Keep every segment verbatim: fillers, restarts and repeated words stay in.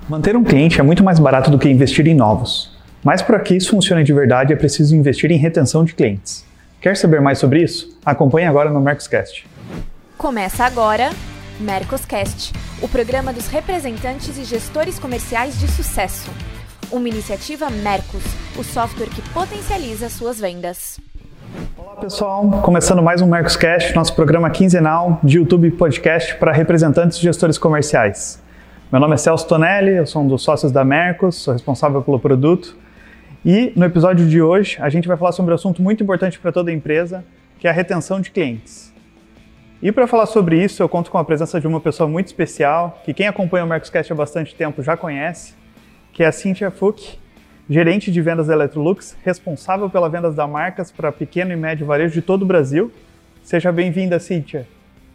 Manter um cliente é muito mais barato do que investir em novos. Mas para que isso funcione de verdade é preciso investir em retenção de clientes. Quer saber mais sobre isso? Acompanhe agora no Mercoscast. Começa agora Mercoscast, o programa dos representantes e gestores comerciais de sucesso. Uma iniciativa Mercos, o software que potencializa suas vendas. Olá pessoal, começando mais um Mercoscast, nosso programa quinzenal de YouTube e podcast para representantes e gestores comerciais. Meu nome é Celso Tonelli, eu sou um dos sócios da Mercos, sou responsável pelo produto. E no episódio de hoje a gente vai falar sobre um assunto muito importante para toda empresa, que é a retenção de clientes. E para falar sobre isso, eu conto com a presença de uma pessoa muito especial, que quem acompanha o Mercoscast há bastante tempo já conhece, que é a Cíntia Fuch, gerente de vendas da Electrolux, responsável pelas vendas da marcas para pequeno e médio varejo de todo o Brasil. Seja bem-vinda, Cíntia.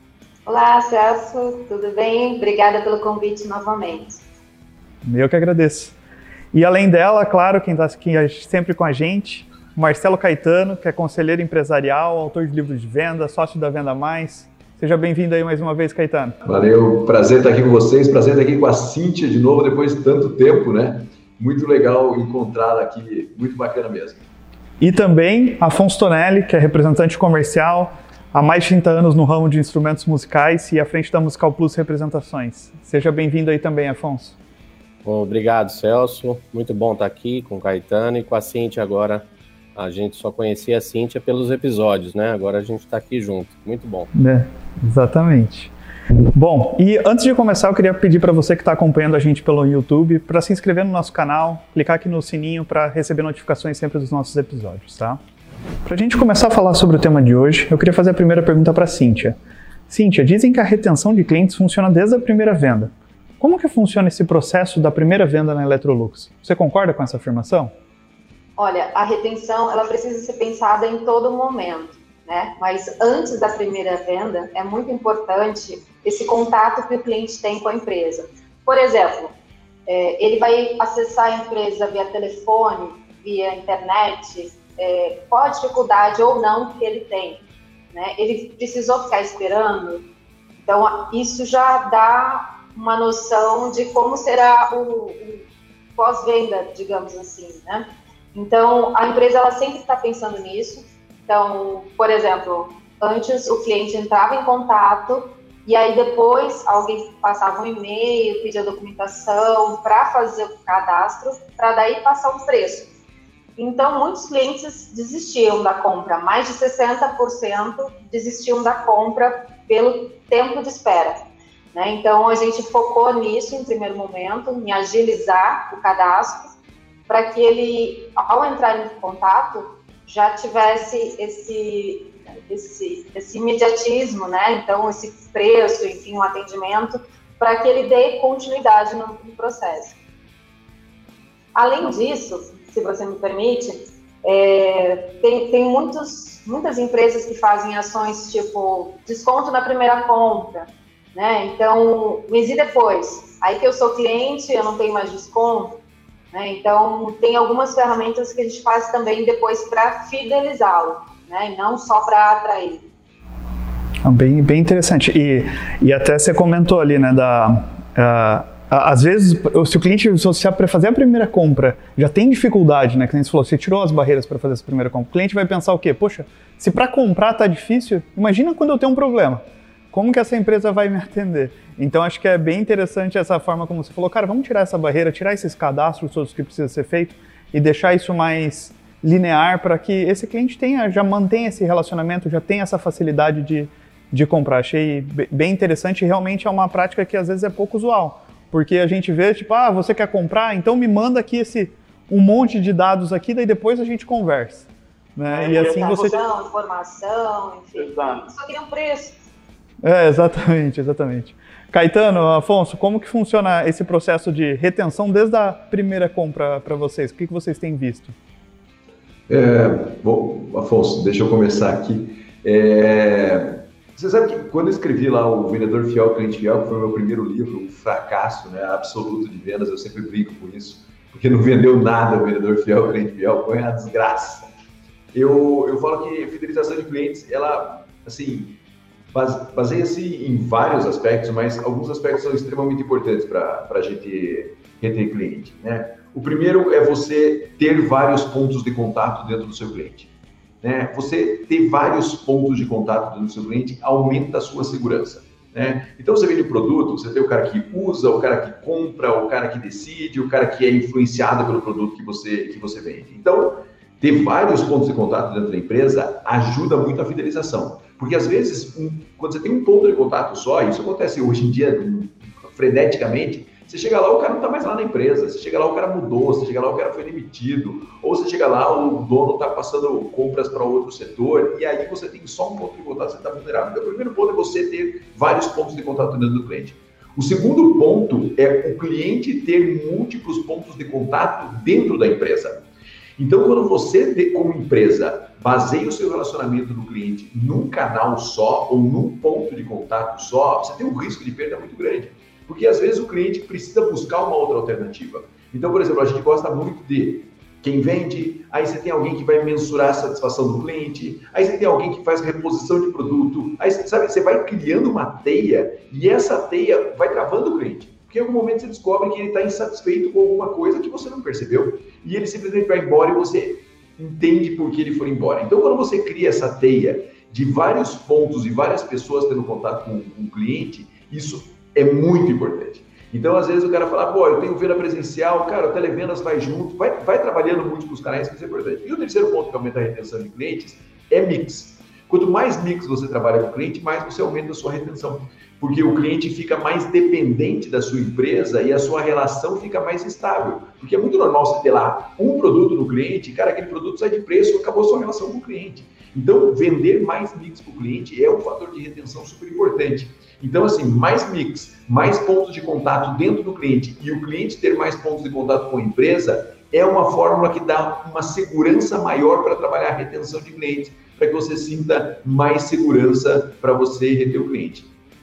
Olá, Celso, tudo bem? Obrigada pelo convite novamente. Eu que agradeço. E além dela, claro, quem está aqui sempre com a gente, Marcelo Caetano, que é conselheiro empresarial, autor de livros de venda, sócio da Venda Mais. Seja bem-vindo aí mais uma vez, Caetano. Valeu, prazer estar aqui com vocês, prazer estar aqui com a Cíntia de novo, depois de tanto tempo, né? Muito legal encontrá-la aqui, muito bacana mesmo. E também Afonso Tonelli, que é representante comercial, há mais de trinta anos no ramo de instrumentos musicais e à frente da Musical Plus Representações. Seja bem-vindo aí também, Afonso. Bom, obrigado, Celso. Muito bom estar aqui com o Caetano e com a Cíntia agora. A gente só conhecia a Cíntia pelos episódios, né? Agora a gente está aqui junto. Muito bom. É, exatamente. Bom, e antes de começar, eu queria pedir para você que está acompanhando a gente pelo YouTube para se inscrever no nosso canal, clicar aqui no sininho para receber notificações sempre dos nossos episódios, tá? Para a gente começar a falar sobre o tema de hoje, eu queria fazer a primeira pergunta para a Cíntia. Cíntia, dizem que a retenção de clientes funciona desde a primeira venda. Como que funciona esse processo da primeira venda na Electrolux? Você concorda com essa afirmação? Olha, a retenção ela precisa ser pensada em todo momento, né? Mas antes da primeira venda, é muito importante esse contato que o cliente tem com a empresa. Por exemplo, é, ele vai acessar a empresa via telefone, via internet, É, qual a dificuldade ou não que ele tem, né? Ele precisou ficar esperando, então isso já dá uma noção de como será o, o pós-venda, digamos assim, né? Então a empresa ela sempre está pensando nisso. Então, por exemplo, antes o cliente entrava em contato e aí depois alguém passava um e-mail, pedia documentação para fazer o cadastro, para daí passar um preço. Então, muitos clientes desistiam da compra, mais de sessenta por cento desistiam da compra pelo tempo de espera, né? Então, a gente focou nisso em primeiro momento, em agilizar o cadastro, para que ele, ao entrar em contato, já tivesse esse, esse, esse imediatismo, né? Então, esse preço, enfim, o atendimento, para que ele dê continuidade no, no processo. Além disso, se você me permite, é, tem, tem muitos, muitas empresas que fazem ações tipo desconto na primeira compra, né? Então, mês e depois, aí que eu sou cliente, eu não tenho mais desconto, né? Então, tem algumas ferramentas que a gente faz também depois para fidelizá-lo, né? E não só para atrair. Bem, bem interessante. E, e até você comentou ali, né, da... Uh, Às vezes, se o cliente, se para fazer a primeira compra, já tem dificuldade, né? Que nem você falou, você tirou as barreiras para fazer essa primeira compra. O cliente vai pensar o quê? Poxa, se para comprar tá difícil, imagina quando eu tenho um problema. Como que essa empresa vai me atender? Então, acho que é bem interessante essa forma como você falou. Cara, vamos tirar essa barreira, tirar esses cadastros todos que precisa ser feito e deixar isso mais linear para que esse cliente tenha, já mantenha esse relacionamento, já tenha essa facilidade de, de comprar. Achei bem interessante e realmente é uma prática que às vezes é pouco usual. Porque a gente vê, tipo, ah, você quer comprar? Então me manda aqui esse, um monte de dados aqui, daí depois a gente conversa. Né? É, e assim você... informação, enfim, Exato. Só queria um preço. É, exatamente, exatamente. Caetano, Afonso, como que funciona esse processo de retenção desde a primeira compra para vocês? O que, que vocês têm visto? É, bom, Afonso, deixa eu começar aqui. É... Você sabe que quando eu escrevi lá o Vendedor Fiel, Cliente Fiel, que foi o meu primeiro livro, um fracasso, né, absoluto de vendas, eu sempre brinco com isso, porque não vendeu nada o Vendedor Fiel, Cliente Fiel, foi uma desgraça. Eu, eu falo que fidelização de clientes, ela, assim, baseia-se em vários aspectos, mas alguns aspectos são extremamente importantes para a gente reter cliente, né? O primeiro é você ter vários pontos de contato dentro do seu cliente, né? Você ter vários pontos de contato dentro do seu cliente aumenta a sua segurança, né? Então você vende o produto, você tem o cara que usa, o cara que compra, o cara que decide, o cara que é influenciado pelo produto que você, que você vende. Então, ter vários pontos de contato dentro da empresa ajuda muito a fidelização. Porque, às vezes, um, quando você tem um ponto de contato só, isso acontece hoje em dia um, freneticamente, você chega lá, o cara não está mais lá na empresa, você chega lá, o cara mudou, você chega lá, o cara foi demitido, ou você chega lá, o dono está passando compras para outro setor, e aí você tem só um ponto de contato, você está vulnerável. Então, o primeiro ponto é você ter vários pontos de contato dentro do cliente. O segundo ponto é o cliente ter múltiplos pontos de contato dentro da empresa. Então, quando você, como empresa, baseia o seu relacionamento do cliente num canal só ou num ponto de contato só, você tem um risco de perda muito grande. Porque, às vezes, o cliente precisa buscar uma outra alternativa. Então, por exemplo, a gente gosta muito de quem vende, aí você tem alguém que vai mensurar a satisfação do cliente, aí você tem alguém que faz reposição de produto, aí sabe, você vai criando uma teia e essa teia vai travando o cliente. Porque em algum momento você descobre que ele está insatisfeito com alguma coisa que você não percebeu e ele simplesmente vai embora e você entende por que ele foi embora. Então, quando você cria essa teia de vários pontos e várias pessoas tendo contato com, com o cliente, isso é muito importante. Então, às vezes o cara fala, pô, eu tenho venda presencial, cara, o televendas vai junto, vai, vai trabalhando múltiplos canais, que isso é importante. E o terceiro ponto que aumenta a retenção de clientes é mix. Quanto mais mix você trabalha com o cliente, mais você aumenta a sua retenção. Porque o cliente fica mais dependente da sua empresa e a sua relação fica mais estável. Porque é muito normal você ter lá um produto no cliente, cara, aquele produto sai de preço, acabou a sua relação com o cliente. Então, vender mais mix para o cliente é um fator de retenção super importante. Então, assim, mais mix, mais pontos de contato dentro do cliente e o cliente ter mais pontos de contato com a empresa é uma fórmula que dá uma segurança maior para trabalhar a retenção de clientes, para que você sinta mais segurança para você reter o cliente.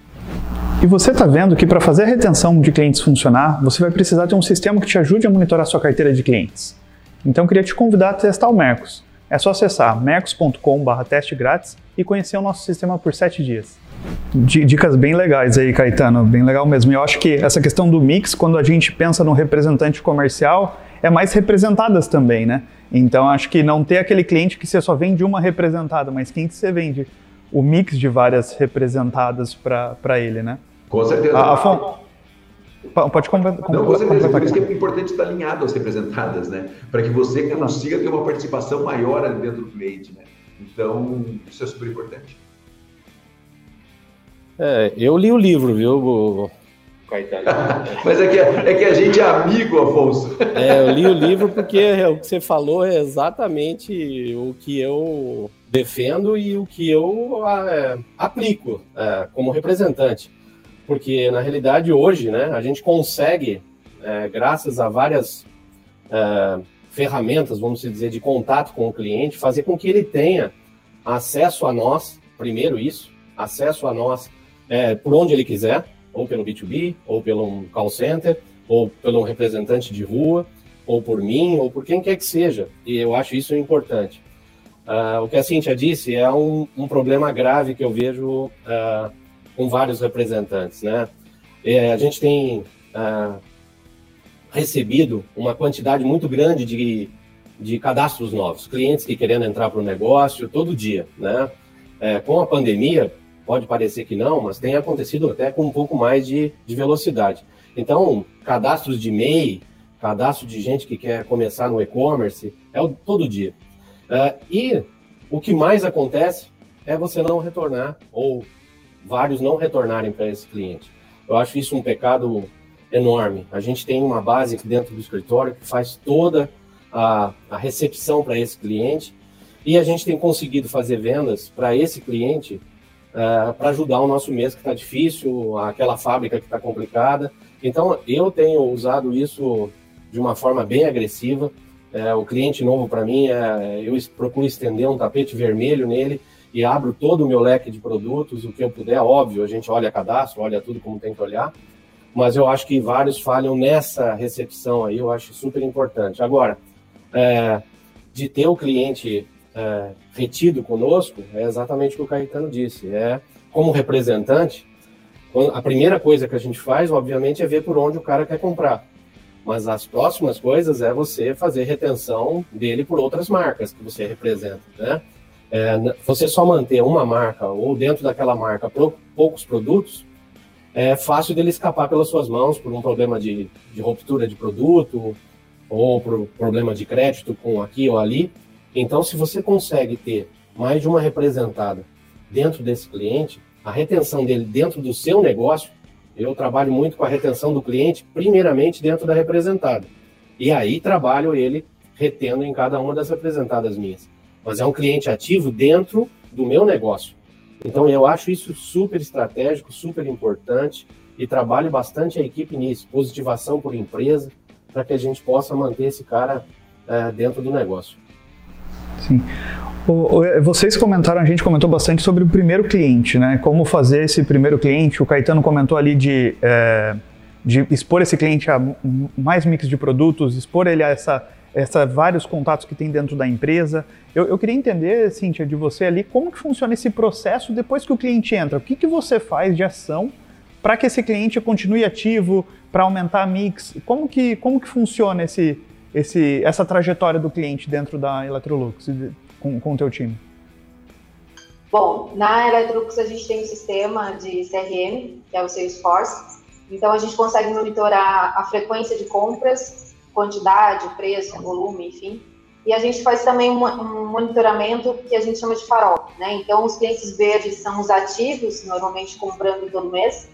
E você está vendo que para fazer a retenção de clientes funcionar, você vai precisar ter um sistema que te ajude a monitorar sua carteira de clientes. Então, eu queria te convidar a testar o Mercos. É só acessar mercos ponto com barra teste grátis e conhecer o nosso sistema por sete dias. Dicas bem legais aí, Caetano, bem legal mesmo. E eu acho que essa questão do mix, quando a gente pensa no representante comercial, é mais representadas também, né? Então, acho que não ter aquele cliente que você só vende uma representada, mas quem que você vende o mix de várias representadas para ele, né? Com certeza. A, Afonso, pode completar. Não, com certeza. Por isso que é importante estar alinhado às representadas, né? Para que você consiga ter uma participação maior ali dentro do cliente, né? Então, isso é super importante. É, eu li o livro, viu, Caetano? Mas é que, é que a gente é amigo, Afonso. É, eu li o livro porque o que você falou é exatamente o que eu defendo e o que eu é, aplico é, como representante. Porque, na realidade, hoje, né, a gente consegue, é, graças a várias é, ferramentas, vamos dizer, de contato com o cliente, fazer com que ele tenha acesso a nós, primeiro isso, acesso a nós é, por onde ele quiser, ou pelo B dois B, ou pelo call center, ou pelo representante de rua, ou por mim, ou por quem quer que seja. E eu acho isso importante. Uh, o que a Cíntia disse é um, um problema grave que eu vejo uh, com vários representantes, né? É, a gente tem uh, recebido uma quantidade muito grande de, de cadastros novos, clientes que querendo entrar para o negócio todo dia, né? É, com a pandemia, pode parecer que não, mas tem acontecido até com um pouco mais de, de velocidade. Então, cadastros de E M E I, cadastro de gente que quer começar no e-commerce, é o, todo dia. Uh, e o que mais acontece é você não retornar, ou vários não retornarem para esse cliente. Eu acho isso um pecado enorme. A gente tem uma base aqui dentro do escritório que faz toda a, a recepção para esse cliente e a gente tem conseguido fazer vendas para esse cliente uh, para ajudar o nosso mês que está difícil, aquela fábrica que está complicada. Então, eu tenho usado isso de uma forma bem agressiva. É, o cliente novo para mim, é, eu procuro estender um tapete vermelho nele e abro todo o meu leque de produtos, o que eu puder, óbvio, a gente olha cadastro, olha tudo como tem que olhar, mas eu acho que vários falham nessa recepção aí, eu acho super importante. Agora, é, de ter o cliente é, retido conosco, é exatamente o que o Caetano disse, é como representante, a primeira coisa que a gente faz, obviamente, é ver por onde o cara quer comprar. Mas as próximas coisas é você fazer retenção dele por outras marcas que você representa, né? É, você só manter uma marca ou dentro daquela marca poucos produtos, é fácil dele escapar pelas suas mãos por um problema de, de ruptura de produto ou por problema de crédito com aqui ou ali. Então, se você consegue ter mais de uma representada dentro desse cliente, a retenção dele dentro do seu negócio, eu trabalho muito com a retenção do cliente, primeiramente dentro da representada. E aí trabalho ele retendo em cada uma das representadas minhas. Mas é um cliente ativo dentro do meu negócio. Então eu acho isso super estratégico, super importante e trabalho bastante a equipe nisso, positivação por empresa, para que a gente possa manter esse cara é, dentro do negócio. Sim. O, o, vocês comentaram, a gente comentou bastante sobre o primeiro cliente, né? Como fazer esse primeiro cliente. O Caetano comentou ali de, é, de expor esse cliente a mais mix de produtos, expor ele a essa, essa vários contatos que tem dentro da empresa. Eu, eu queria entender, Cíntia, de você ali, como que funciona esse processo depois que o cliente entra. O que, que você faz de ação para que esse cliente continue ativo, para aumentar a mix? Como que, como que funciona esse, esse, essa trajetória do cliente dentro da Electrolux? Com, com o teu time? Bom, na Electrolux a gente tem um sistema de C R M, que é o Salesforce, então a gente consegue monitorar a frequência de compras, quantidade, preço, volume, enfim, e a gente faz também um, um monitoramento que a gente chama de farol, né? Então os clientes verdes são os ativos, normalmente comprando todo mês,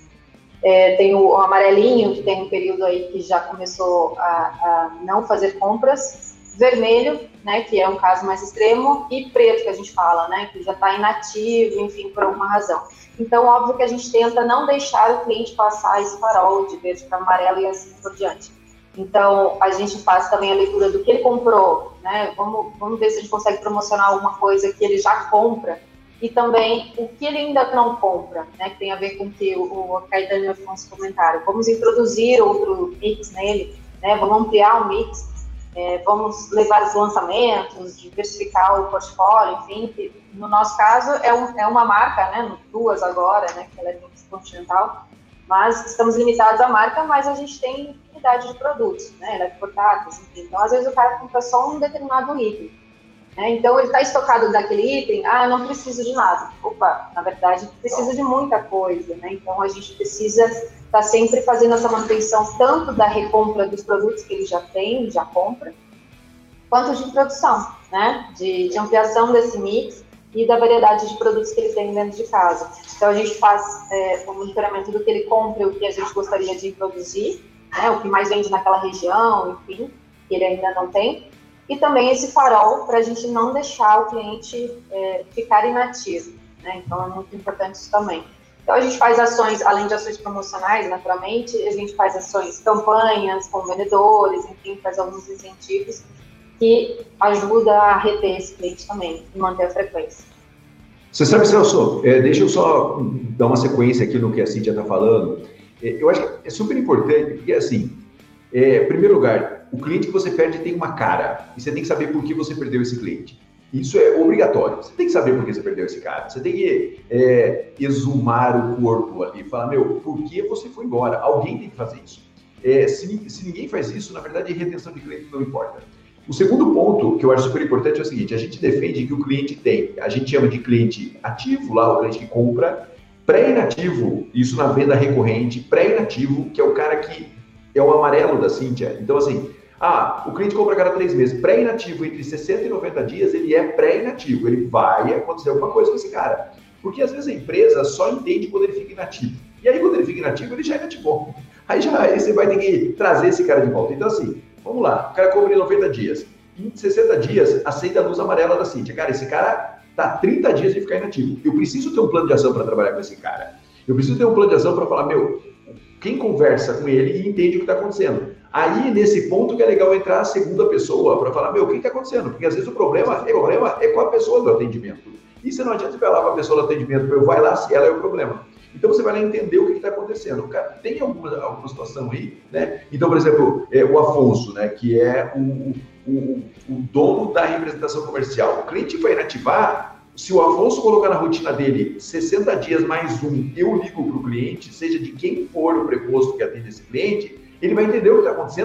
é, tem o, o amarelinho, que tem um período aí que já começou a, a não fazer compras, vermelho, né, que é um caso mais extremo, e preto, que a gente fala, né, que já está inativo, enfim, por alguma razão. Então, óbvio que a gente tenta não deixar o cliente passar esse farol de verde para amarelo e assim por diante. Então, a gente faz também a leitura do que ele comprou, né, vamos, vamos ver se a gente consegue promocionar alguma coisa que ele já compra, e também o que ele ainda não compra, né, que tem a ver com o que o, o Caetano e o Afonso comentaram. Vamos introduzir outro mix nele, né, vamos ampliar o mix, É, vamos levar os lançamentos, diversificar o portfólio, enfim, que no nosso caso é, um, é uma marca, né, duas agora, né, que ela é Continental, mas estamos limitados à marca, mas a gente tem infinidade de produtos, né, eletroportáteis, enfim, então às vezes o cara compra só um determinado item, né, então ele está estocado daquele item, ah, eu não preciso de nada, opa, na verdade precisa de muita coisa, né, então a gente precisa está sempre fazendo essa manutenção tanto da recompra dos produtos que ele já tem, já compra, quanto de produção, né? De, de ampliação desse mix e da variedade de produtos que ele tem dentro de casa. Então a gente faz é, o monitoramento do que ele compra, o que a gente gostaria de introduzir, né? O que mais vende naquela região, enfim, que ele ainda não tem, e também esse farol para a gente não deixar o cliente é, ficar inativo, né? Então é muito importante isso também. Então, a gente faz ações, além de ações promocionais, naturalmente, a gente faz ações, campanhas com vendedores, enfim, faz alguns incentivos que ajudam a reter esse cliente também e manter a frequência. Você sabe, Celso, é, deixa eu só dar uma sequência aqui no que a Cíntia está falando. É, eu acho que é super importante, porque, assim, é, em primeiro lugar, o cliente que você perde tem uma cara, e você tem que saber por que você perdeu esse cliente. Isso é obrigatório. Você tem que saber por que você perdeu esse cara. Você tem que é, exumar o corpo ali, falar, meu, por que você foi embora? Alguém tem que fazer isso. É, se, se ninguém faz isso, na verdade, retenção de cliente não importa. O segundo ponto que eu acho super importante é o seguinte, a gente defende que o cliente tem, a gente chama de cliente ativo, lá o cliente que compra, pré-inativo, isso na venda recorrente, pré-inativo, que é o cara que é o amarelo da Cíntia. Então, assim, ah, o cliente compra a cada três meses, pré-inativo entre sessenta e noventa dias, ele é pré-inativo, ele vai acontecer alguma coisa com esse cara. Porque às vezes a empresa só entende quando ele fica inativo. E aí quando ele fica inativo, ele já é inativou. Aí já aí você vai ter que trazer esse cara de volta. Então assim, vamos lá, o cara compra em noventa dias, em sessenta dias, aceita a luz amarela da Cíntia. Cara, esse cara tá trinta dias de ficar inativo. Eu preciso ter um plano de ação para trabalhar com esse cara. Eu preciso ter um plano de ação para falar, meu, quem conversa com ele e entende o que está acontecendo. Aí, nesse ponto que é legal entrar a segunda pessoa para falar, meu, o que está acontecendo? Porque às vezes o problema, o problema é com a pessoa do atendimento. E você não adianta falar para a pessoa do atendimento, eu vai lá se ela é o problema. Então você vai lá entender o que está acontecendo. Cara, tem alguma, alguma situação aí, né? Então, por exemplo, é, o Afonso, né, que é o, o, o dono da representação comercial. O cliente vai inativar, se o Afonso colocar na rotina dele sessenta dias mais um, eu ligo para o cliente, seja de quem for o preposto que atende esse cliente, ele vai entender o que está acontecendo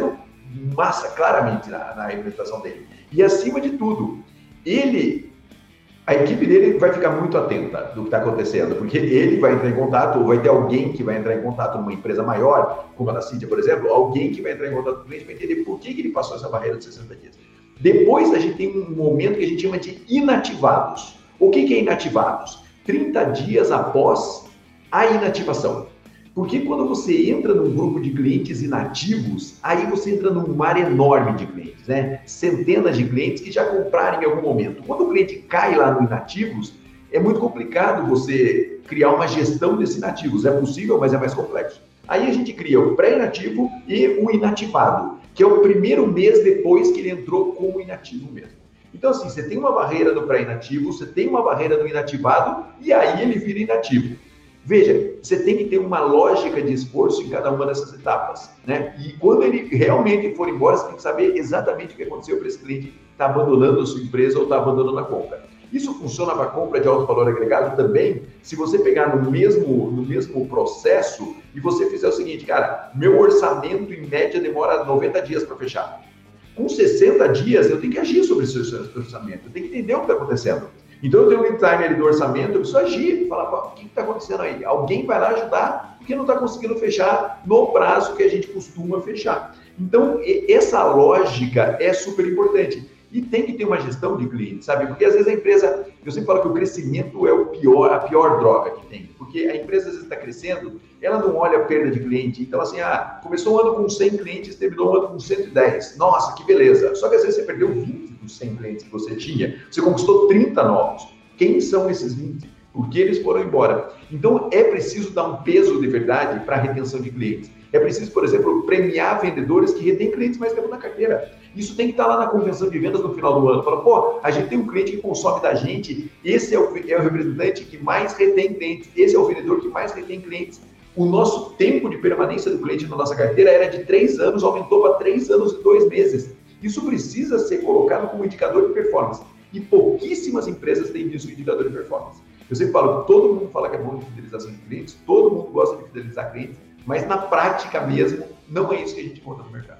massa, claramente, na, na representação dele. E, acima de tudo, ele, a equipe dele vai ficar muito atenta do que está acontecendo, porque ele vai entrar em contato, ou vai ter alguém que vai entrar em contato numa empresa maior, como a da Cydia, por exemplo, alguém que vai entrar em contato com o cliente para entender por que, que ele passou essa barreira de sessenta dias. Depois, a gente tem um momento que a gente chama de inativados. O que, que é inativados? trinta dias após a inativação. Porque quando você entra num grupo de clientes inativos, aí você entra num mar enorme de clientes, né? Centenas de clientes que já compraram em algum momento. Quando o cliente cai lá no inativos, é muito complicado você criar uma gestão desses inativos. É possível, mas é mais complexo. Aí a gente cria o pré-inativo e o inativado, que é o primeiro mês depois que ele entrou como inativo mesmo. Então, assim, você tem uma barreira do pré-inativo, você tem uma barreira do inativado, e aí ele vira inativo. Veja, você tem que ter uma lógica de esforço em cada uma dessas etapas, né? E quando ele realmente for embora, você tem que saber exatamente o que aconteceu para esse cliente estar abandonando a sua empresa ou estar abandonando a compra. Isso funciona para a compra de alto valor agregado também, se você pegar no mesmo, no mesmo processo e você fizer o seguinte, cara, meu orçamento em média demora noventa dias para fechar. Com sessenta dias, eu tenho que agir sobre esse orçamento, eu tenho que entender o que está acontecendo. Então, eu tenho um lead time ali do orçamento, eu preciso agir, falar, o que está acontecendo aí? Alguém vai lá ajudar, porque não está conseguindo fechar no prazo que a gente costuma fechar. Então, essa lógica é super importante. E tem que ter uma gestão de clientes, sabe? Porque às vezes a empresa, eu sempre falo que o crescimento é o pior, a pior droga que tem. Porque a empresa às vezes está crescendo, ela não olha a perda de cliente. Então assim, ah, começou um ano com cem clientes, terminou um ano com cento e dez. Nossa, que beleza. Só que às vezes você perdeu vinte dos cem clientes que você tinha. Você conquistou trinta novos. Quem são esses vinte? Por que eles foram embora? Então é preciso dar um peso de verdade para a retenção de clientes. É preciso, por exemplo, premiar vendedores que retêm clientes mais tempo na carteira. Isso tem que estar lá na convenção de vendas no final do ano. Fala, pô, a gente tem um cliente que consome da gente, esse é o, é o representante que mais retém clientes, esse é o vendedor que mais retém clientes. O nosso tempo de permanência do cliente na nossa carteira era de três anos, aumentou para três anos e dois meses. Isso precisa ser colocado como indicador de performance. E pouquíssimas empresas têm isso, indicador de performance. Eu sempre falo que todo mundo fala que é bom de fidelização de clientes, todo mundo gosta de fidelizar clientes, mas na prática mesmo, não é isso que a gente encontra no mercado.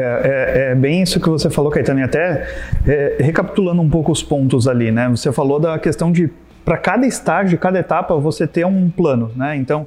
É, é, é bem isso que você falou, Caetano, e até é, recapitulando um pouco os pontos ali, né? Você falou da questão de, para cada estágio, cada etapa, você ter um plano, né? Então,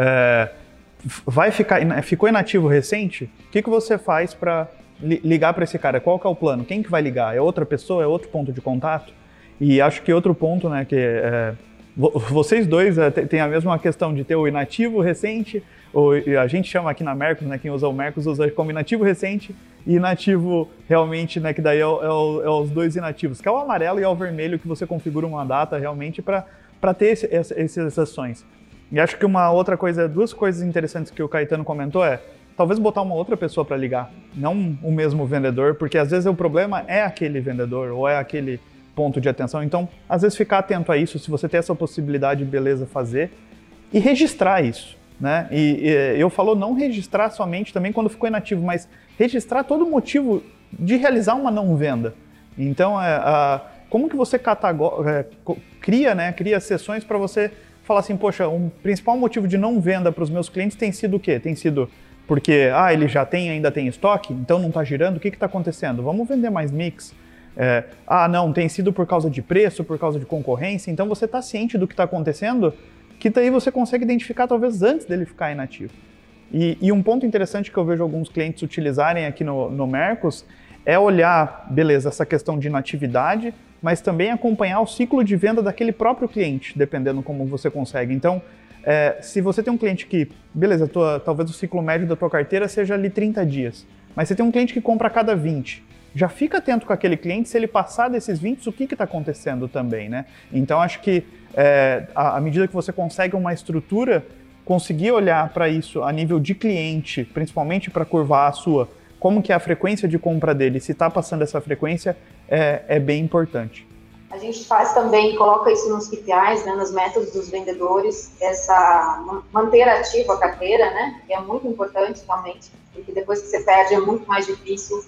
é, vai ficar, ficou inativo recente, o que, que você faz para li, ligar para esse cara? Qual que é o plano? Quem que vai ligar? É outra pessoa? É outro ponto de contato? E acho que outro ponto, né, que é, vocês dois é, têm a mesma questão de ter o inativo recente, ou a gente chama aqui na Mercos, né, quem usa o Mercos usa como inativo recente e inativo realmente, né, que daí é, o, é, o, é os dois inativos, que é o amarelo e é o vermelho, que você configura uma data realmente para ter esse, esse, essas ações. E acho que uma outra coisa, duas coisas interessantes que o Caetano comentou é, talvez botar uma outra pessoa para ligar, não o mesmo vendedor, porque às vezes o problema é aquele vendedor ou é aquele ponto de atenção. Então, às vezes ficar atento a isso, se você tem essa possibilidade, beleza, fazer e registrar isso. Né? E, e eu falo não registrar somente também quando ficou inativo, mas registrar todo o motivo de realizar uma não venda. Então, é, a, como que você catagor, é, cria, né, cria sessões para você falar assim, poxa, um principal motivo de não venda para os meus clientes tem sido o quê? Tem sido porque, ah, ele já tem, ainda tem estoque, então não está girando, o que está acontecendo? Vamos vender mais mix. É, ah, não, tem sido por causa de preço, por causa de concorrência, então você está ciente do que está acontecendo, que daí você consegue identificar talvez antes dele ficar inativo. E, e um ponto interessante que eu vejo alguns clientes utilizarem aqui no, no Mercos é olhar, beleza, essa questão de inatividade, mas também acompanhar o ciclo de venda daquele próprio cliente, dependendo como você consegue. Então, é, se você tem um cliente que, beleza, tua, talvez o ciclo médio da tua carteira seja ali trinta dias, mas você tem um cliente que compra a cada vinte, já fica atento com aquele cliente, se ele passar desses vinte, o que está acontecendo também, né? Então, acho que é, à medida que você consegue uma estrutura, conseguir olhar para isso a nível de cliente, principalmente para curvar a sua, como que é a frequência de compra dele, se está passando essa frequência, é, é bem importante. A gente faz também, coloca isso nos K P Is, né, nos métodos dos vendedores, essa manter ativa a carteira, né, que é muito importante realmente, porque depois que você perde é muito mais difícil.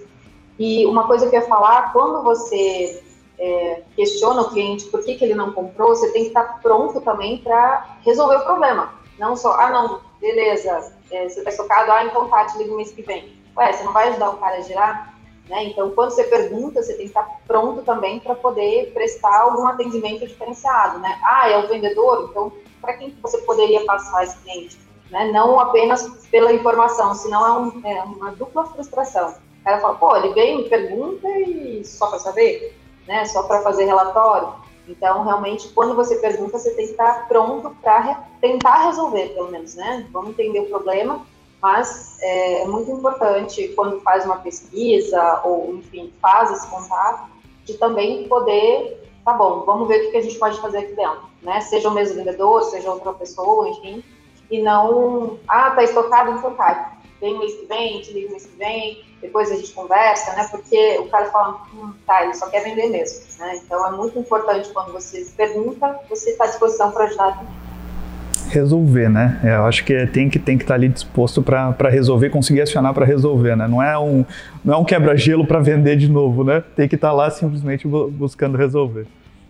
E uma coisa que eu ia falar, quando você é, questiona o cliente por que, que ele não comprou, você tem que estar pronto também para resolver o problema. Não só, ah não, beleza, é, você está estocado, ah então tá, te ligo mês que vem. Ué, você não vai ajudar o cara a girar? Né? Então, quando você pergunta, você tem que estar pronto também para poder prestar algum atendimento diferenciado, né? Ah, é o vendedor? Então, para quem você poderia passar esse cliente? Né? Não apenas pela informação, senão é, um, é uma dupla frustração. O cara fala, pô, ele veio, me pergunta e só para saber, né? Só para fazer relatório. Então, realmente, quando você pergunta, você tem que estar pronto para re- tentar resolver, pelo menos, né? Vamos entender o problema, mas é, é muito importante, quando faz uma pesquisa, ou, enfim, faz esse contato, de também poder, tá bom, vamos ver o que a gente pode fazer aqui dentro, né? Seja o mesmo vendedor, seja outra pessoa, enfim, e não, ah, tá estocado, então tá, vem mês que vem, te ligo mês que vem, depois a gente conversa, né? Porque o cara fala, hum, tá, ele só quer vender mesmo, né? Então é muito importante, quando você pergunta, você está à disposição para ajudar também. Resolver, né? Eu acho que tem que tem que estar ali disposto para resolver, conseguir acionar para resolver, né? Não é um não é um quebra-gelo para vender de novo, né? Tem que estar lá simplesmente buscando resolver.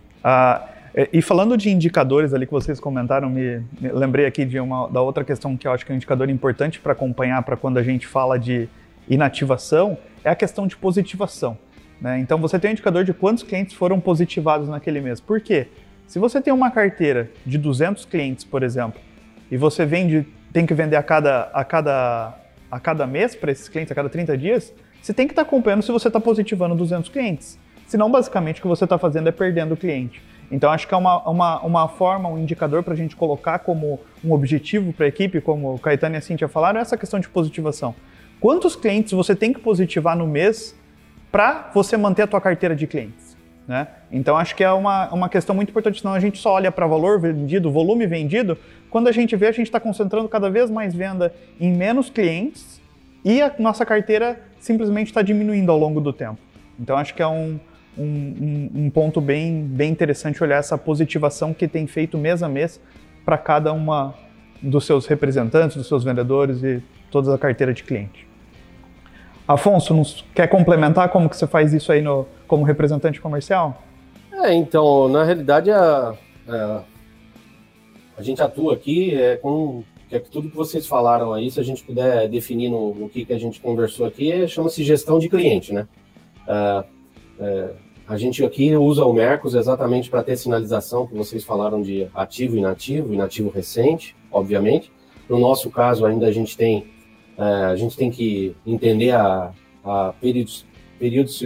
Ah, e falando de indicadores ali que vocês comentaram, me, me lembrei aqui de uma da outra questão que eu acho que é um indicador importante para acompanhar para quando a gente fala de inativação, é a questão de positivação, né? Então você tem um indicador de quantos clientes foram positivados naquele mês. Por quê? Se você tem uma carteira de duzentos clientes, por exemplo, e você vende, tem que vender a cada, a cada, a cada mês para esses clientes, a cada trinta dias, você tem que estar acompanhando se você está positivando duzentos clientes. Senão, basicamente, o que você está fazendo é perdendo o cliente. Então, acho que é uma, uma, uma forma, um indicador para a gente colocar como um objetivo para a equipe, como o Caetano e a Cíntia falaram, é essa questão de positivação. Quantos clientes você tem que positivar no mês para você manter a tua carteira de clientes? Né? Então, acho que é uma, uma questão muito importante, senão a gente só olha para valor vendido, volume vendido, quando a gente vê, a gente está concentrando cada vez mais venda em menos clientes e a nossa carteira simplesmente está diminuindo ao longo do tempo. Então, acho que é um, um, um ponto bem, bem interessante olhar essa positivação que tem feito mês a mês para cada uma dos seus representantes, dos seus vendedores e toda a carteira de cliente. Afonso, nos, quer complementar como que você faz isso aí no, como representante comercial? É, então, na realidade, a, a, a gente atua aqui é, com é, tudo que vocês falaram aí, se a gente puder definir no, no que, que a gente conversou aqui, é, chama-se gestão de cliente, né? É, é, a gente aqui usa o Mercos exatamente para ter sinalização, que vocês falaram de ativo e inativo, inativo recente, obviamente. No nosso caso, ainda a gente tem É, a gente tem que entender a, a períodos, períodos,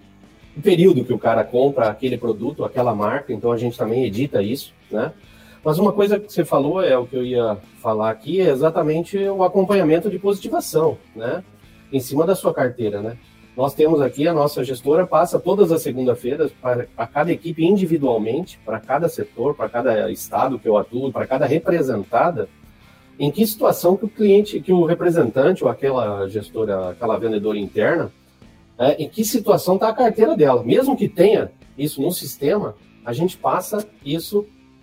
o período que o cara compra aquele produto, aquela marca, então a gente também edita isso, né? Mas uma coisa que você falou, é o que eu ia falar aqui, é exatamente o acompanhamento de positivação, né? Em cima da sua carteira, né? Nós temos aqui, a nossa gestora passa todas as segundas-feiras para cada equipe individualmente, para cada setor, para cada estado que eu atuo, para cada representada, em que situação que o cliente, que o representante ou aquela gestora, aquela vendedora interna, é, em que situação está a carteira dela. Mesmo que tenha isso no sistema, a gente passa isso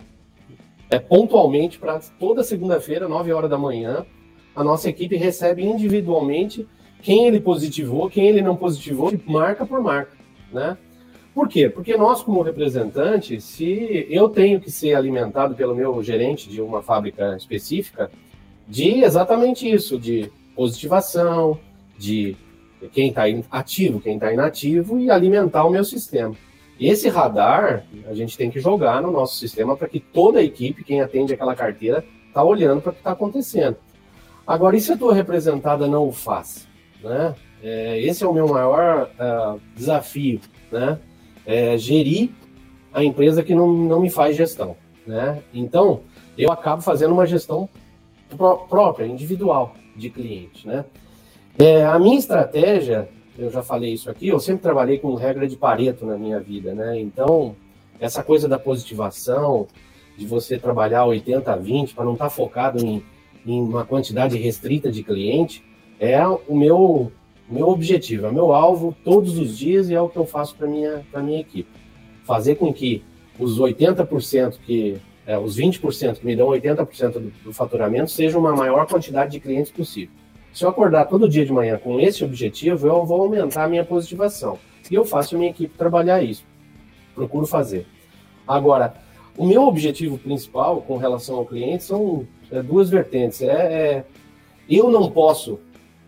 é, pontualmente para toda segunda-feira, nove horas da manhã, a nossa equipe recebe individualmente quem ele positivou, quem ele não positivou, marca por marca, né? Por quê? Porque nós, como representante, se eu tenho que ser alimentado pelo meu gerente de uma fábrica específica, de exatamente isso, de positivação, de quem está ativo, quem está inativo, e alimentar o meu sistema. E esse radar, a gente tem que jogar no nosso sistema para que toda a equipe, quem atende aquela carteira, está olhando para o que está acontecendo. Agora, e se a tua representada não o faz? Né? É, esse é o meu maior uh, desafio, né? É gerir a empresa que não, não me faz gestão, né? Então, eu acabo fazendo uma gestão pró- própria, individual de cliente, né? É, a minha estratégia, eu já falei isso aqui, eu sempre trabalhei com regra de Pareto na minha vida, né? Então, essa coisa da positivação, de você trabalhar oitenta a vinte para não estar focado em, em uma quantidade restrita de cliente, é o meu... meu objetivo, é meu alvo todos os dias, e é o que eu faço para minha para minha equipe. Fazer com que os oitenta por cento que é, os vinte por cento que me dão oitenta por cento do, do faturamento seja uma maior quantidade de clientes possível. Se eu acordar todo dia de manhã com esse objetivo, eu vou aumentar a minha positivação. E eu faço a minha equipe trabalhar isso. Procuro fazer. Agora, o meu objetivo principal com relação ao cliente são é, duas vertentes. É, é, eu não posso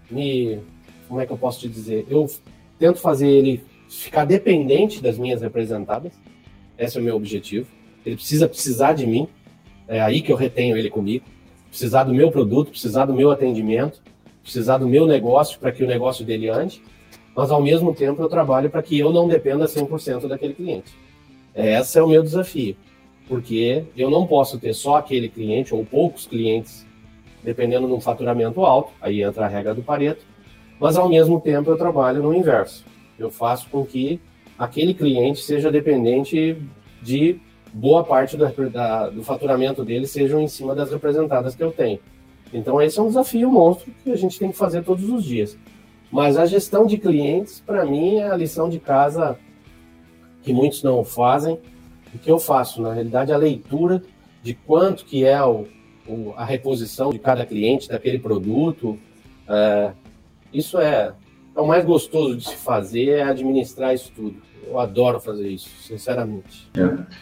me... Como é que eu posso te dizer? Eu tento fazer ele ficar dependente das minhas representadas. Esse é o meu objetivo. Ele precisa precisar de mim. É aí que eu retenho ele comigo. Precisar do meu produto, precisar do meu atendimento, precisar do meu negócio para que o negócio dele ande. Mas, ao mesmo tempo, eu trabalho para que eu não dependa cem por cento daquele cliente. Esse é o meu desafio. Porque eu não posso ter só aquele cliente ou poucos clientes, dependendo de um faturamento alto. Aí entra a regra do Pareto. Mas, ao mesmo tempo, eu trabalho no inverso. Eu faço com que aquele cliente seja dependente de boa parte da, da, do faturamento dele sejam em cima das representadas que eu tenho. Então, esse é um desafio monstro que a gente tem que fazer todos os dias. Mas a gestão de clientes, para mim, é a lição de casa que muitos não fazem. O que eu faço, na realidade, é a leitura de quanto que é o, o, a reposição de cada cliente daquele produto. É, isso é, é o mais gostoso de se fazer, é administrar isso tudo. Eu adoro fazer isso, sinceramente.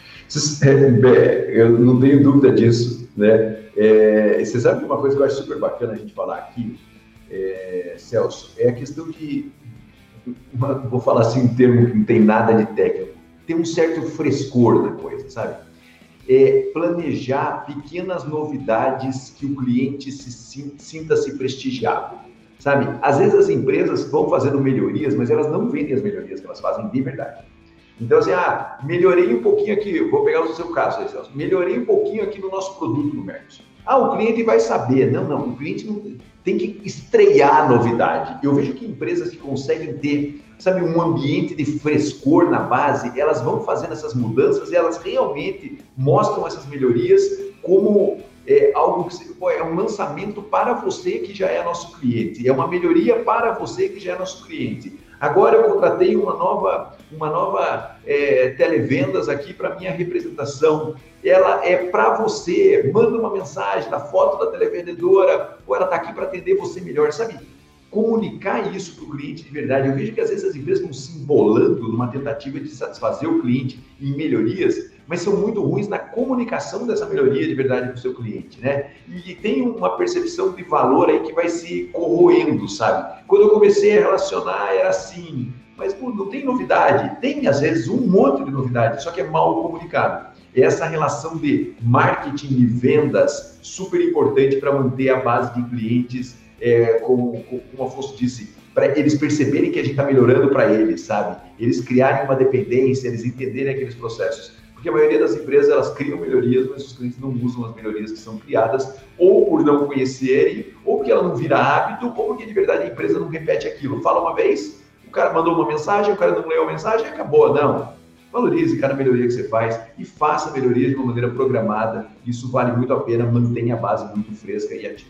É. Eu não tenho dúvida disso, né? É, você sabe que uma coisa que eu acho super bacana a gente falar aqui, é, Celso, é a questão de, uma, vou falar assim um termo que não tem nada de técnico, tem um certo frescor na coisa, sabe? É planejar pequenas novidades que o cliente se sinta-se prestigiado, sabe? Às vezes as empresas vão fazendo melhorias, mas elas não vendem as melhorias que elas fazem de verdade. Então, assim, ah, melhorei um pouquinho aqui, vou pegar o seu caso aí, Celso, melhorei um pouquinho aqui no nosso produto no Mercos. Ah, o cliente vai saber. Não, não, o cliente não, tem que estrear a novidade. Eu vejo que empresas que conseguem ter, sabe, um ambiente de frescor na base, elas vão fazendo essas mudanças e elas realmente mostram essas melhorias como é, algo que pô, é um lançamento para você que já é nosso cliente, é uma melhoria para você que já é nosso cliente. Agora eu contratei uma nova, uma nova é, televendas aqui para minha representação. Ela é para você, manda uma mensagem da foto da televendedora, ou ela está aqui para atender você melhor, sabe? Comunicar isso para o cliente de verdade. Eu vejo que às vezes as empresas estão se embolando numa tentativa de satisfazer o cliente em melhorias, mas são muito ruins na comunicação dessa melhoria de verdade para o seu cliente, né? E tem uma percepção de valor aí que vai se corroendo, sabe? Quando eu comecei a relacionar era assim, mas pô, não tem novidade. Tem, às vezes, um monte de novidade, só que é mal comunicado. Essa relação de marketing e vendas, super importante para manter a base de clientes, é, como, como o Afonso disse, para eles perceberem que a gente está melhorando para eles, sabe? Eles criarem uma dependência, eles entenderem aqueles processos. Porque a maioria das empresas, elas criam melhorias, mas os clientes não usam as melhorias que são criadas, ou por não conhecerem, ou porque ela não vira hábito, ou porque de verdade a empresa não repete aquilo. Fala uma vez, o cara mandou uma mensagem, o cara não leu a mensagem e acabou. Não. Valorize cada melhoria que você faz e faça a melhoria de uma maneira programada. Isso vale muito a pena, mantenha a base muito fresca e ativa.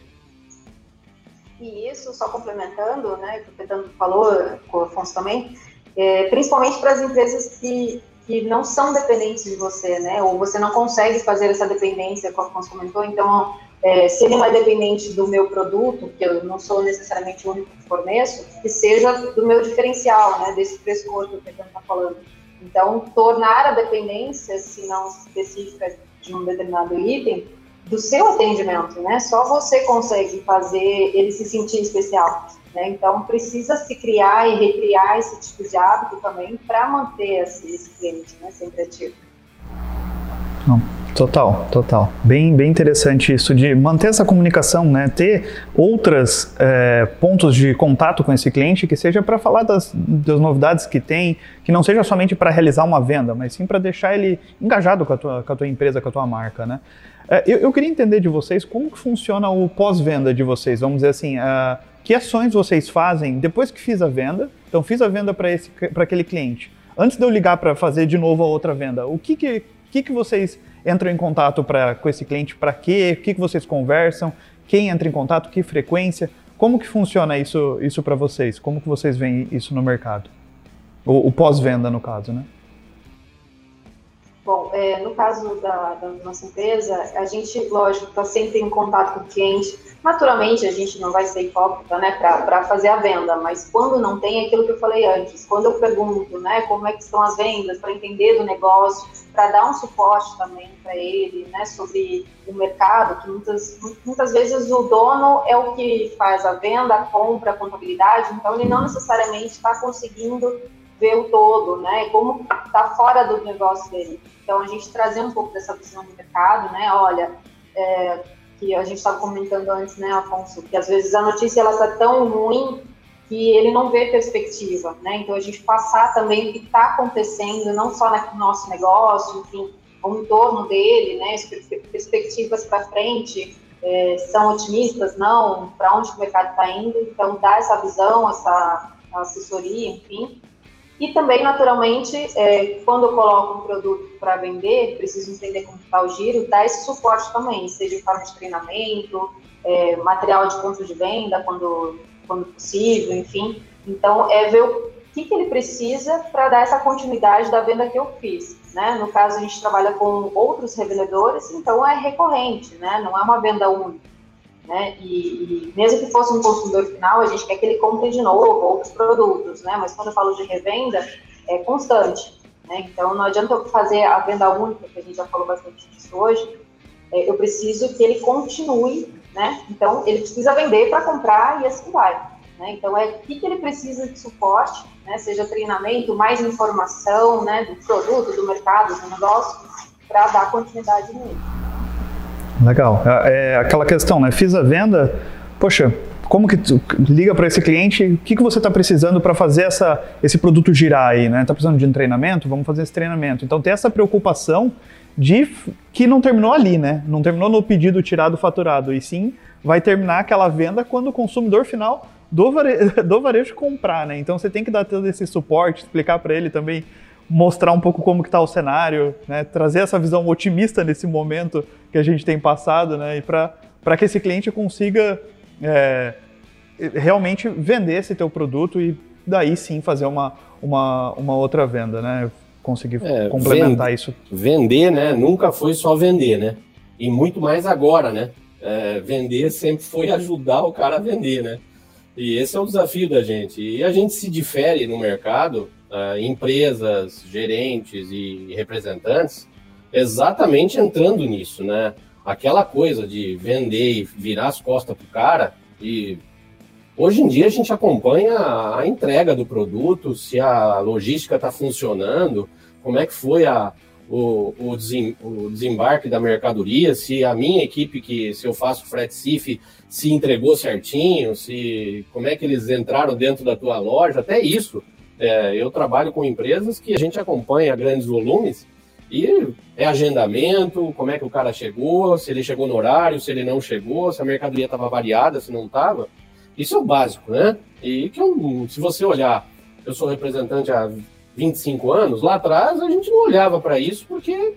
E isso, só complementando, né, que o Pedro falou, com o Afonso também, é, principalmente para as empresas que, que não são dependentes de você, né, ou você não consegue fazer essa dependência, como o Afonso comentou, então, é, se ele não é dependente do meu produto, que eu não sou necessariamente o único que forneço, que seja do meu diferencial, né, desse frescor que o Pedro está falando. Então, tornar a dependência, se não específica de um determinado item, do seu atendimento, né? Só você consegue fazer ele se sentir especial, né? Então, precisa se criar e recriar esse tipo de hábito também para manter esse, esse cliente, né, sempre ativo. Não, total, total. Bem, bem interessante isso de manter essa comunicação, né? Ter outros é, pontos de contato com esse cliente que seja para falar das, das novidades que tem, que não seja somente para realizar uma venda, mas sim para deixar ele engajado com a tua, com a tua empresa, com a tua marca, né? Eu, eu queria entender de vocês como que funciona o pós-venda de vocês, vamos dizer assim, uh, que ações vocês fazem depois que fiz a venda, então fiz a venda para esse, para aquele cliente, antes de eu ligar para fazer de novo a outra venda, o que que, que, que vocês entram em contato pra, com esse cliente, para quê, o que que vocês conversam, quem entra em contato, que frequência, como que funciona isso, isso para vocês, como que vocês veem isso no mercado, o, o pós-venda no caso, né? Bom, é, no caso da, da nossa empresa, a gente, lógico, está sempre em contato com o cliente. Naturalmente, a gente não vai ser hipócrita, né, para fazer a venda, mas quando não tem, é aquilo que eu falei antes. Quando eu pergunto, né, como é que estão as vendas, para entender do negócio, para dar um suporte também para ele, né, sobre o mercado, que muitas, muitas vezes o dono é o que faz a venda, a compra, a contabilidade, então ele não necessariamente está conseguindo ver o todo, né, como está fora do negócio dele. Então, a gente trazer um pouco dessa visão do mercado, né, olha, é, que a gente estava comentando antes, né, Afonso, que às vezes a notícia ela está tão ruim que ele não vê perspectiva, né, então a gente passar também o que está acontecendo, não só no nosso negócio, enfim, o entorno dele, né, as perspectivas para frente, é, são otimistas, não, para onde o mercado está indo, então dar essa visão, essa assessoria, enfim. E também, naturalmente, é, quando eu coloco um produto para vender, preciso entender como está o giro, dar esse suporte também, seja em forma de treinamento, é, material de ponto de venda, quando, quando possível, enfim. Então, é ver o que, que ele precisa para dar essa continuidade da venda que eu fiz, né? No caso, a gente trabalha com outros revendedores, então é recorrente, né? Não é uma venda única. Né? E, e mesmo que fosse um consumidor final, a gente quer que ele compre de novo outros produtos, né? Mas quando eu falo de revenda, é constante, né? Então não adianta eu fazer a venda única, que a gente já falou bastante disso hoje, é, eu preciso que ele continue, né? Então ele precisa vender para comprar e assim vai, né? Então é o que, que ele precisa de suporte, né? Seja treinamento, mais informação, né? Do produto, do mercado, do negócio, para dar continuidade nele. Legal. É aquela questão, né? Fiz a venda, poxa, como que tu liga para esse cliente, o que, que você está precisando para fazer essa, esse produto girar aí, né? Está precisando de um treinamento? Vamos fazer esse treinamento. Então, tem essa preocupação de que não terminou ali, né? Não terminou no pedido tirado faturado, e sim vai terminar aquela venda quando o consumidor final do varejo, do varejo comprar, né? Então, você tem que dar todo esse suporte, explicar para ele também, mostrar um pouco como que está o cenário, né? Trazer essa visão otimista nesse momento que a gente tem passado, né? E para que esse cliente consiga é, realmente vender esse teu produto e daí sim fazer uma, uma, uma outra venda, né? Conseguir é, complementar vende, isso. Vender, né? Nunca foi só vender, né? E muito mais agora, né? É, vender sempre foi ajudar o cara a vender, né? E esse é o desafio da gente. E a gente se difere no mercado, Uh, empresas, gerentes e representantes, exatamente entrando nisso, né? Aquela coisa de vender e virar as costas para o cara. E hoje em dia a gente acompanha a entrega do produto, se a logística está funcionando, como é que foi a, o, o, desem, o desembarque da mercadoria, se a minha equipe, que se eu faço frete C I F, se entregou certinho, se como é que eles entraram dentro da tua loja, até isso. É, eu trabalho com empresas que a gente acompanha grandes volumes e é agendamento, como é que o cara chegou, se ele chegou no horário, se ele não chegou, se a mercadoria estava variada, se não estava. Isso é o básico, né? E que eu, se você olhar, eu sou representante há vinte e cinco anos, lá atrás a gente não olhava para isso porque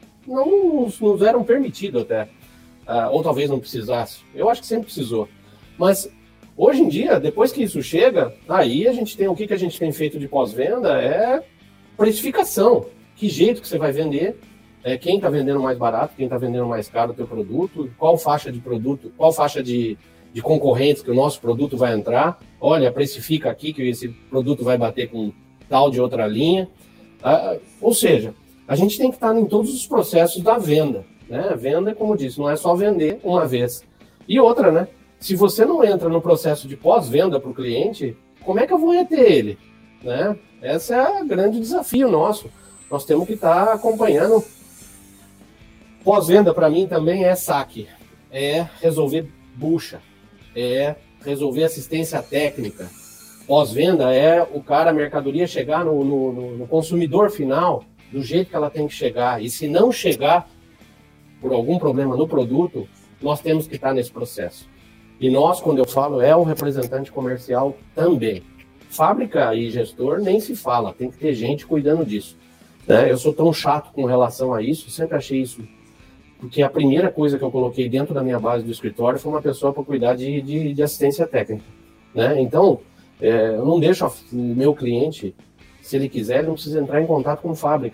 não nos, nos eram permitido até, uh, ou talvez não precisasse. Eu acho que sempre precisou. Mas hoje em dia, depois que isso chega, aí a gente tem o que, que a gente tem feito de pós-venda é precificação. Que jeito que você vai vender, é, quem está vendendo mais barato, quem está vendendo mais caro o teu produto, qual faixa de produto, qual faixa de, de concorrentes que o nosso produto vai entrar. Olha, precifica aqui que esse produto vai bater com tal de outra linha. Ah, ou seja, a gente tem que estar em todos os processos da venda, né? A venda, como eu disse, não é só vender uma vez. E outra, né? Se você não entra no processo de pós-venda para o cliente, como é que eu vou reter ele? Né? Esse é o grande desafio nosso. Nós temos que estar acompanhando. Pós-venda, para mim, também é saque. É resolver bucha. É resolver assistência técnica. Pós-venda é o cara, a mercadoria, chegar no, no, no consumidor final do jeito que ela tem que chegar. E se não chegar por algum problema no produto, nós temos que estar nesse processo. E nós, quando eu falo, é um representante comercial também. Fábrica e gestor nem se fala, tem que ter gente cuidando disso. Né? Eu sou tão chato com relação a isso, sempre achei isso, porque a primeira coisa que eu coloquei dentro da minha base do escritório foi uma pessoa para cuidar de, de, de assistência técnica. Né? Então, é, eu não deixo o meu cliente, se ele quiser, ele não precisa entrar em contato com fábrica.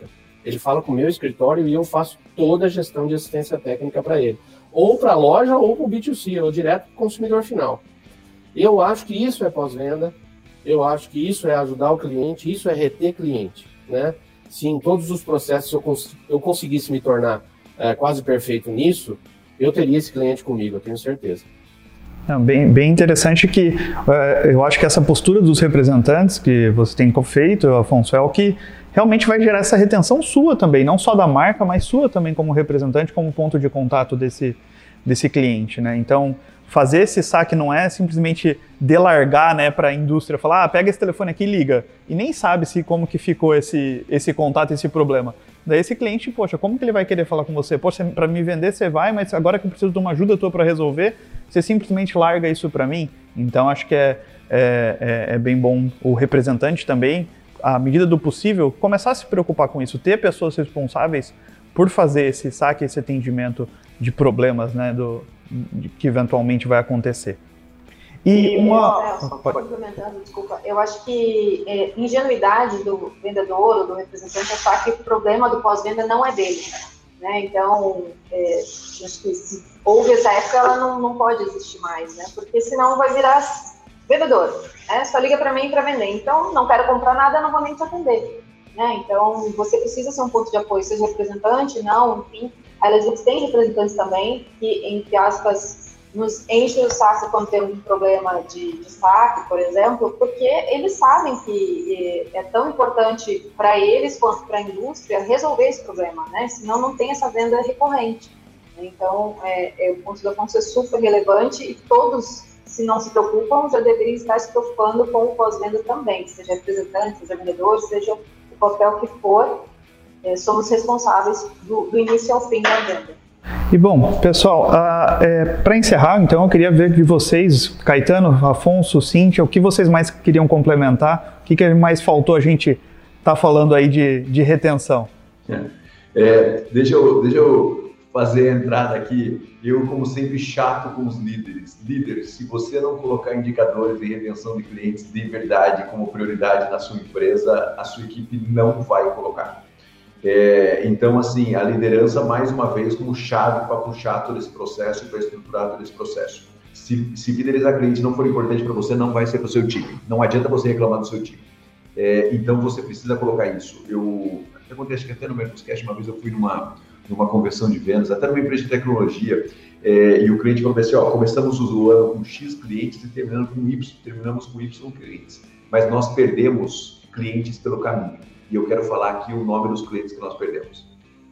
Ele fala com o meu escritório e eu faço toda a gestão de assistência técnica para ele. Ou para a loja ou para o B dois C, ou direto para o consumidor final. Eu acho que isso é pós-venda, eu acho que isso é ajudar o cliente, isso é reter cliente, né? Se em todos os processos eu, cons- eu conseguisse me tornar é, quase perfeito nisso, eu teria esse cliente comigo, eu tenho certeza. É bem, bem interessante que uh, eu acho que essa postura dos representantes que você tem feito, Afonso, é o que realmente vai gerar essa retenção sua também, não só da marca, mas sua também como representante, como ponto de contato desse, desse cliente, né? Então, fazer esse saque não é simplesmente delargar, né, para a indústria, falar, ah, pega esse telefone aqui e liga, e nem sabe se como que ficou esse, esse contato, esse problema. Daí esse cliente, poxa, como que ele vai querer falar com você? Poxa, para me vender você vai, mas agora que eu preciso de uma ajuda tua para resolver, você simplesmente larga isso para mim? Então acho que é, é, é, é bem bom o representante também, à medida do possível, começar a se preocupar com isso, ter pessoas responsáveis por fazer esse saque, esse atendimento de problemas, né, do, de, que eventualmente vai acontecer. E uma... É, só complementando, desculpa, eu acho que é, ingenuidade do vendedor ou do representante achar que o problema do pós-venda não é dele, né? Então, é, acho que se houve essa época, ela não, não pode existir mais, né? Porque senão vai virar vendedor, né? Só liga para mim para vender. Então, não quero comprar nada, não vou nem te atender, né? Então, você precisa ser um ponto de apoio, seja representante, não, enfim. A gente tem representantes também que, entre aspas, nos enchem o saco quando tem um problema de destaque, por exemplo, porque eles sabem que é tão importante para eles quanto para a indústria resolver esse problema, né? Senão não tem essa venda recorrente. Então, é, é, o ponto da Afonso é super relevante e todos, se não se preocupam, já deveriam estar se preocupando com o pós-venda também, seja representante, seja vendedor, seja o papel que for, é, somos responsáveis do, do início ao fim da venda. E bom, pessoal, uh, é, para encerrar, então, eu queria ver de vocês, Caetano, Afonso, Cíntia, o que vocês mais queriam complementar, o que, que mais faltou a gente estar tá falando aí de, de retenção? É, deixa, eu, deixa eu fazer a entrada aqui, eu como sempre chato com os líderes. Líderes, se você não colocar indicadores de retenção de clientes de verdade como prioridade na sua empresa, a sua equipe não vai colocar. É, então, assim, a liderança, mais uma vez, como chave para puxar todo esse processo e para estruturar todo esse processo. Se, se fidelizar cliente não for importante para você, não vai ser para o seu time. Não adianta você reclamar do seu time. É, então, você precisa colocar isso. Eu, até acontece que até no Mercoscast, uma vez eu fui numa, numa conversão de vendas, até numa empresa de tecnologia, é, e o cliente falou assim, ó, começamos o ano com X clientes e terminamos com Y, terminamos com Y clientes. Mas nós perdemos clientes pelo caminho. E eu quero falar aqui o nome dos clientes que nós perdemos.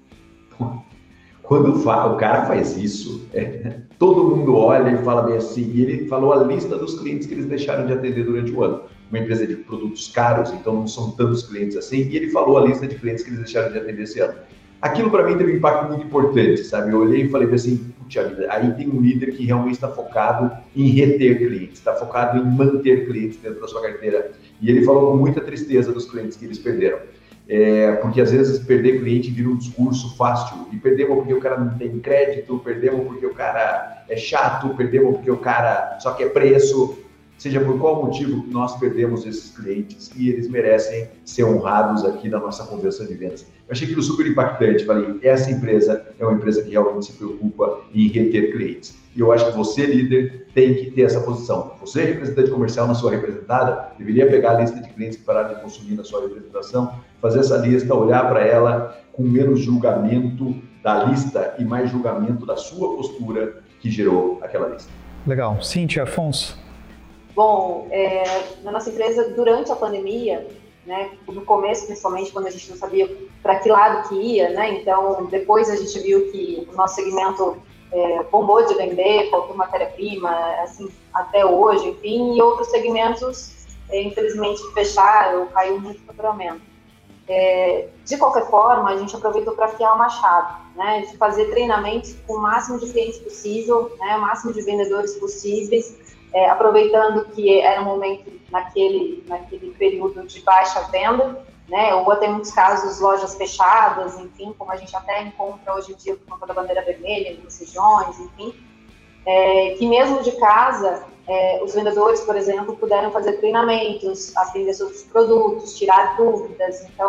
Quando o cara faz isso, é, todo mundo olha e fala bem assim, e ele falou a lista dos clientes que eles deixaram de atender durante o ano. Uma empresa de produtos caros, então não são tantos clientes assim, e ele falou a lista de clientes que eles deixaram de atender esse ano. Aquilo para mim teve um impacto muito importante, sabe? Eu olhei e falei assim, putz, aí tem um líder que realmente está focado em reter clientes, está focado em manter clientes dentro da sua carteira. E ele falou com muita tristeza dos clientes que eles perderam. É, porque às vezes perder cliente vira um discurso fácil. E perdemos porque o cara não tem crédito, perdemos porque o cara é chato, perdemos porque o cara só quer preço. Seja por qual motivo nós perdemos esses clientes e eles merecem ser honrados aqui na nossa convenção de vendas. Eu achei aquilo super impactante. Falei, essa empresa é uma empresa que realmente se preocupa em reter clientes. E eu acho que você, líder, tem que ter essa posição. Você, representante comercial na sua representada, deveria pegar a lista de clientes que pararam de consumir na sua representação, fazer essa lista, olhar para ela com menos julgamento da lista e mais julgamento da sua postura que gerou aquela lista. Legal. Cíntia, Afonso? Bom, é, na nossa empresa, durante a pandemia, né, no começo, principalmente, quando a gente não sabia para que lado que ia, né, então, depois a gente viu que o nosso segmento é, bombou de vender, faltou matéria-prima, assim, até hoje, enfim, e outros segmentos, é, infelizmente, fecharam, caiu muito o faturamento. É, de qualquer forma, a gente aproveitou para afiar o machado, né, de fazer treinamentos com o máximo de clientes possível, né, o máximo de vendedores possíveis, É, aproveitando que era um momento naquele, naquele período de baixa venda, né, ou até em muitos casos lojas fechadas, enfim, como a gente até encontra hoje em dia por conta da bandeira vermelha, em algumas regiões, enfim, é, que mesmo de casa, é, os vendedores, por exemplo, puderam fazer treinamentos, aprender sobre os produtos, tirar dúvidas, então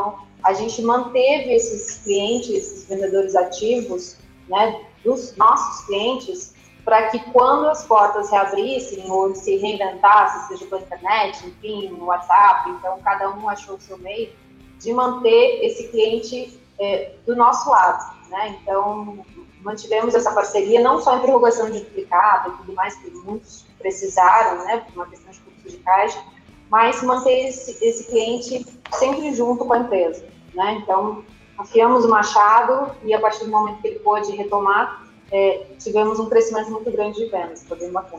a gente manteve esses clientes, esses vendedores ativos, né, dos nossos clientes, para que quando as portas reabrissem ou se reinventassem, seja pela internet, enfim, no WhatsApp, então cada um achou o seu meio, de manter esse cliente é, do nosso lado, né? Então, mantivemos essa parceria, não só em prorrogação de duplicado e tudo mais, que muitos precisaram, né, por uma questão de fluxo de caixa, mas manter esse, esse cliente sempre junto com a empresa, né? Então, afiamos o machado e a partir do momento que ele pôde retomar, É, tivemos um crescimento muito grande de vendas, foi bem bacana.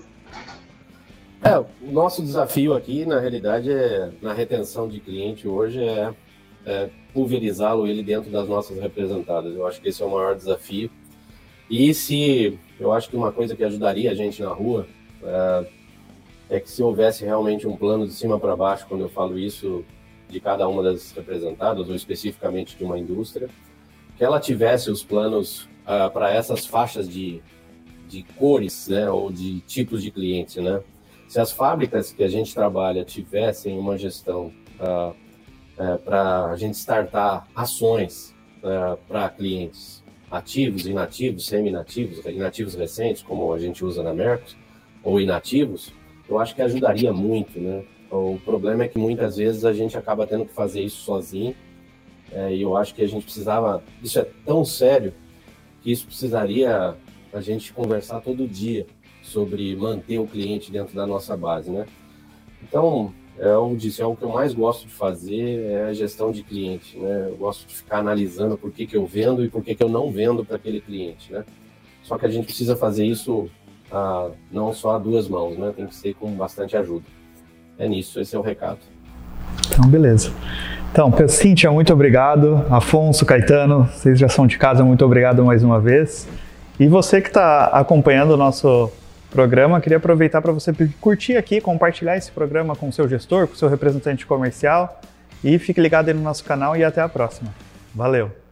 É, o nosso desafio aqui, na realidade, é, na retenção de cliente hoje, é, é pulverizá-lo ele dentro das nossas representadas. Eu acho que esse é o maior desafio. E se, eu acho que uma coisa que ajudaria a gente na rua é, é que se houvesse realmente um plano de cima para baixo, quando eu falo isso, de cada uma das representadas, ou especificamente de uma indústria, que ela tivesse os planos Uh, para essas faixas de, de cores, né, ou de tipos de clientes, né? Se as fábricas que a gente trabalha tivessem uma gestão uh, uh, para a gente startar ações uh, para clientes ativos, inativos, semi-inativos, inativos recentes, como a gente usa na Mercos, ou inativos, eu acho que ajudaria muito, né? O problema é que muitas vezes a gente acaba tendo que fazer isso sozinho, uh, e eu acho que a gente precisava, isso é tão sério, que isso precisaria a gente conversar todo dia sobre manter o cliente dentro da nossa base, né? Então, eu disse, é o que eu mais gosto de fazer, é a gestão de cliente, né? Eu gosto de ficar analisando por que que eu vendo e por que que eu não vendo para aquele cliente, né? Só que a gente precisa fazer isso ah, não só a duas mãos, né? Tem que ser com bastante ajuda. É nisso, esse é o recado. Então, beleza. Então, Cíntia, muito obrigado. Afonso, Caetano, vocês já são de casa, muito obrigado mais uma vez. E você que está acompanhando o nosso programa, queria aproveitar para você curtir aqui, compartilhar esse programa com o seu gestor, com o seu representante comercial e fique ligado aí no nosso canal e até a próxima. Valeu!